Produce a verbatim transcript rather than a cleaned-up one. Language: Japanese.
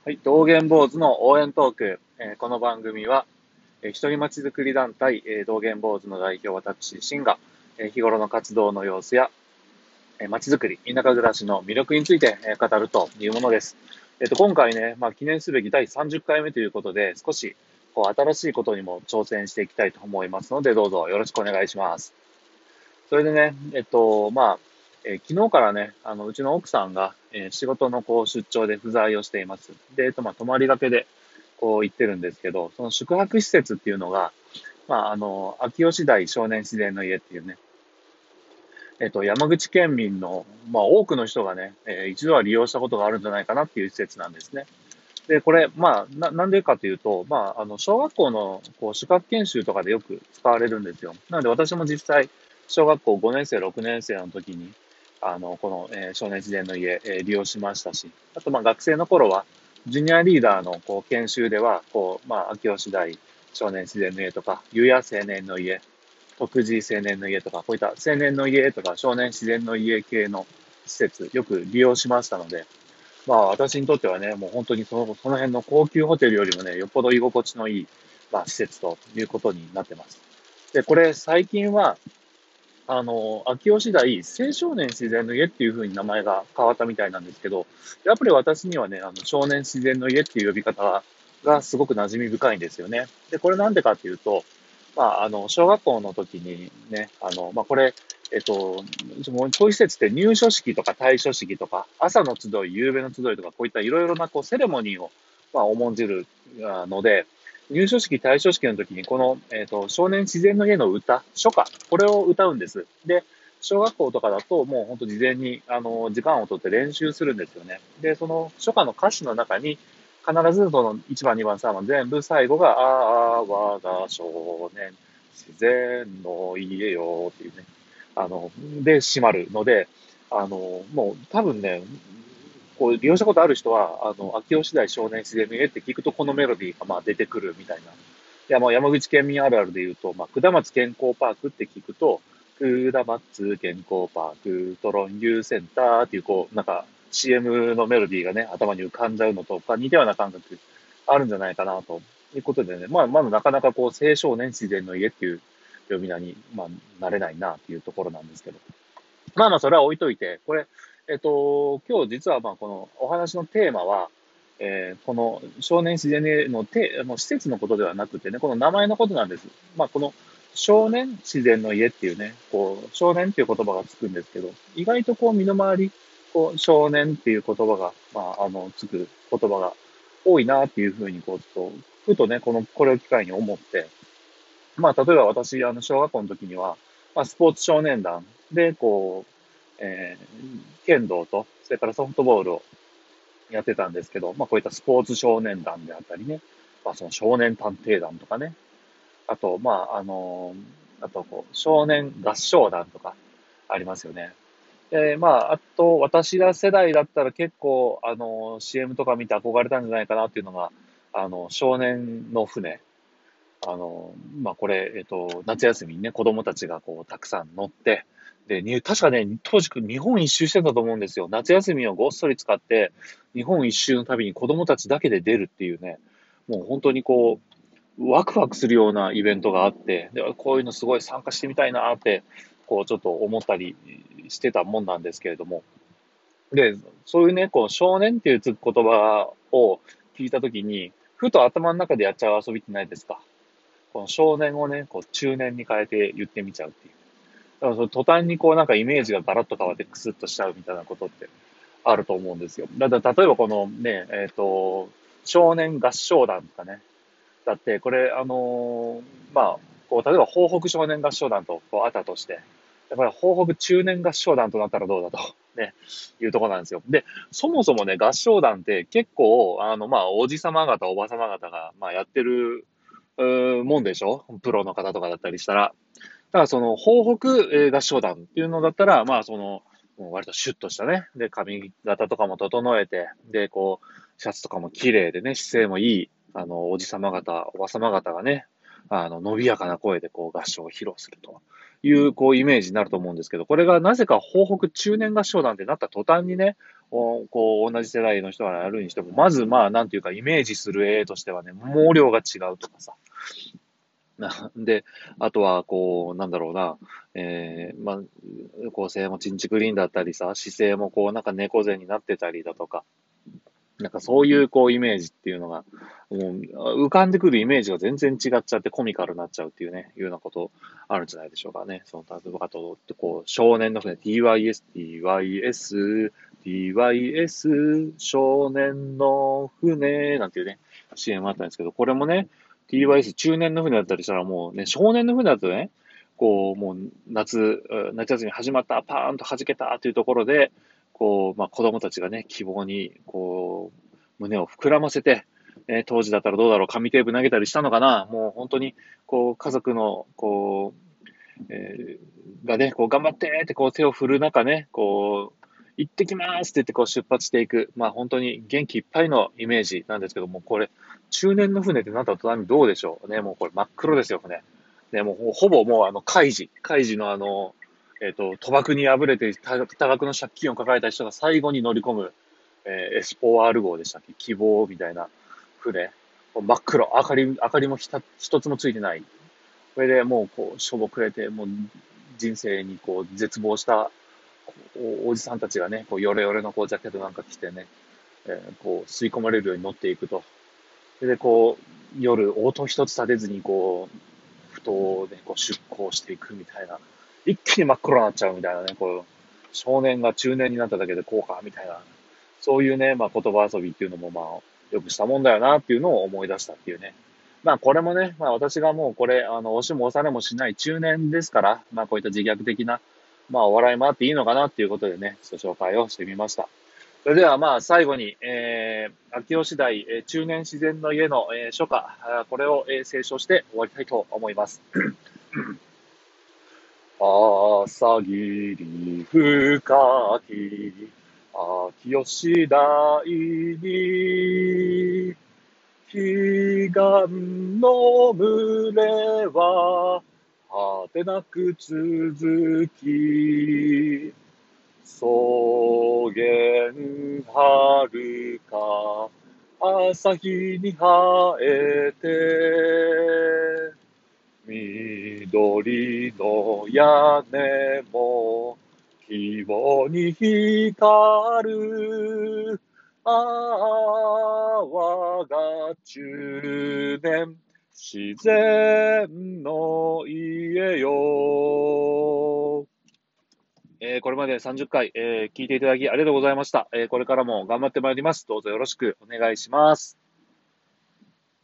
はい、道元坊主の応援トーク。えーこの番組は、えー一人まちづくり団体、えー道元坊主の代表私、シンが、えー日頃の活動の様子や、えー、まちづくり、田舎暮らしの魅力について、えー語るというものです。えっ、と、今回ね、まあ、記念すべきだいさんじゅっかいめということで、少し、こう、新しいことにも挑戦していきたいと思いますので、どうぞよろしくお願いします。それでね、えっと、まあ、えー昨日からね、あの、うちの奥さんが、えー仕事のこう出張で不在をしています。で、えっと、まあ、泊まりがけで、こう行ってるんですけど、その宿泊施設っていうのが、まあ、あの、秋吉台少年自然の家っていうね、えっと、山口県民の、まあ、多くの人がね、えー一度は利用したことがあるんじゃないかなっていう施設なんですね。で、これ、まあ、な、なんでかというと、まあ、あの、小学校の、こう、資格研修とかでよく使われるんですよ。なので、私も実際、小学校ごねん生、ろくねん生の時に、あの、この、えー少年自然の家、えー利用しましたし、あと、まあ、学生の頃は、ジュニアリーダーの、こう、研修では、こう、まあ、秋吉台少年自然の家とか、湯屋青年の家、徳寺青年の家とか、こういった青年の家とか少年自然の家系の施設、よく利用しましたので、まあ私にとってはね、もう本当にその、その辺の高級ホテルよりもね、よっぽど居心地のいい、まあ施設ということになってます。で、これ最近は、あの、秋吉台青少年自然の家っていう風に名前が変わったみたいなんですけど、やっぱり私にはね、あの、少年自然の家っていう呼び方が、がすごく馴染み深いんですよね。で、これなんでかっていうと、まあ、あの、小学校の時にね、あの、まあ、これ、えっと、もうこういう施設って入所式とか退所式とか、朝の集い、夕べの集いとか、こういったいろいろなこうセレモニーを、まあ、重んじるあので、入所式、退所式の時に、この、えっと、少年自然の家の歌、初歌、これを歌うんです。で、小学校とかだと、もう本当事前に、あの、時間をとって練習するんですよね。で、その初歌の歌詞の中に、必ずそのいちばん、にばん、さんばん全部最後が、ああ、我が少年、自然の家よっていうね、あの、で、閉まるので、あの、もう多分ね、こう、利用したことある人は、あの、秋吉台少年自然の家って聞くとこのメロディーがまあ出てくるみたいな。いや、まあ山口県民あるあるで言うと、まあ、下松健康パークって聞くと、下松健康パーク、トロンユーセンターっていう、こう、なんか シーエム のメロディーがね、頭に浮かんじゃうのと、まあ、似たような感覚あるんじゃないかなということでね、まあ、まだなかなかこう、青少年自然の家っていう呼び名に、まあ、なれないなっていうところなんですけど。まあまあ、それは置いといて、これ、えっと、今日実はまあ、このお話のテーマは、えーこの少年自然のテもう施設のことではなくてね、この名前のことなんです。まあ、この少年自然の家っていうね、こう、少年っていう言葉がつくんですけど、意外とこう身の回り、こう、少年っていう言葉が、まあ、あの、つく言葉が多いなっていうふうに、こう、ちょっと、ふとね、この、これを機会に思って、まあ、例えば私、あの、小学校の時には、まあ、スポーツ少年団で、こう、えー剣道と、それからソフトボールをやってたんですけど、まあ、こういったスポーツ少年団であったりね、まあ、その少年探偵団とかね、あと、まあ、あのーあと、こう、少年合唱団とかありますよね。で、まあ、あと、私ら世代だったら結構、あのー シーエム とか見て憧れたんじゃないかなっていうのが、あの、少年の船。あの、まあ、これ、えっと、夏休みにね、子供たちがこう、たくさん乗って、で、に確かね、当時日本一周してたと思うんですよ。夏休みをごっそり使って、日本一周のたびに子供たちだけで出るっていうね、もう本当にこう、ワクワクするようなイベントがあって、で、こういうのすごい参加してみたいなって、こう、ちょっと思ったりしてたもんなんですけれども。で、そういうね、こう、少年っていう言葉を聞いたときに、ふと頭の中でやっちゃう遊びってないですか？この少年をね、こう中年に変えて言ってみちゃうっていう。だからその途端にこうなんかイメージがガラッと変わってクスッとしちゃうみたいなことってあると思うんですよ。だから例えばこのね、えっ、と、少年合唱団とかね。だってこれあのーまあ、こう例えば東北少年合唱団とこうあったとして、やっぱり東北中年合唱団となったらどうだと、ね、いうところなんですよ。で、そもそもね、合唱団って結構、あの、まあ、おじさま方、おばさま方が、まあ、やってるうーもんでしょプロの方とかだったりしたら。だからその、東北えー合唱団っていうのだったら、まあその、もう割とシュッとしたね。で、髪型とかも整えて、で、こう、シャツとかも綺麗でね、姿勢もいい、あの、おじさま方、おばさま方がね、あの、伸びやかな声でこう合唱を披露するという、こう、イメージになると思うんですけど、これがなぜか東北中年合唱団ってなった途端にね、 こう、こう同じ世代の人がやるにしても、まずまあ、なんていうか、イメージする絵としてはね、毛量が違うとかさ。なで、あとは、こう、なんだろうな、えー、まあ、こう、背もちんちくりんだったりさ、姿勢もこう、なんか猫背になってたりだとか、なんかそういうこうイメージっていうのが、もう浮かんでくるイメージが全然違っちゃってコミカルになっちゃうっていうね、いうようなことあるんじゃないでしょうかね。その、例えば、あと、こう、少年の船、ティーワイエス、ティーワイエス、ティーワイエス、少年の船、なんていうね、シーエム あったんですけど、これもね、ティーワイエス 中年の船だったりしたらもうね、少年の船だとね、こう、もう夏、夏休み始まった、パーンと弾けたっていうところで、こう、まあ、子供たちがね、希望に、こう、胸を膨らませて、えー当時だったらどうだろう、紙テープ投げたりしたのかな、もう本当に、こう、家族の、こう、えーがね、こう、頑張ってってこう手を振る中ね、こう、行ってきますって言ってこう出発していく。まあ本当に元気いっぱいのイメージなんですけども、これ、中年の船ってなった途端にどうでしょうね。もうこれ真っ黒ですよ、船。ね、もうほぼもうあの、カイジ、カイジのあの、えっ、と、賭博に敗れて多多額の借金を抱えた人が最後に乗り込む、えー、エスポーアール 号でしたっけ、希望みたいな船。真っ黒。明かり、明かりもひた一つもついてない。それでもうこう、しょぼくれて、もう人生にこう、絶望したおおじさんたちがね、こう、ヨレヨレのこう、ジャケットなんか着てね、えーこう、吸い込まれるように乗っていくと。それでこう、夜、音一つ立てずにこう、ふ頭でこう出航していくみたいな。一気に真っ黒になっちゃうみたいなね、こう、少年が中年になっただけでこうか、みたいな。そういうね、まあ言葉遊びっていうのもまあ、よくしたもんだよなっていうのを思い出したっていうね。まあこれもね、まあ私がもうこれ、あの、押しも押されもしない中年ですから、まあこういった自虐的な、まあお笑いもあっていいのかなっていうことでね、ちょっと紹介をしてみました。それではまあ最後に、えー、秋吉台、えー中年自然の家の、えー、書家、あーこれを、えー斉唱して終わりたいと思います。朝霧深き秋吉台に彼岸の群れは果てなく続き草原遥か朝日に生えて緑の屋根も希望に光る。ああ、我が中年、自然の家よ。えーこれまでさんじゅっかい、えー聞いていただきありがとうございました。えーこれからも頑張ってまいります。どうぞよろしくお願いします。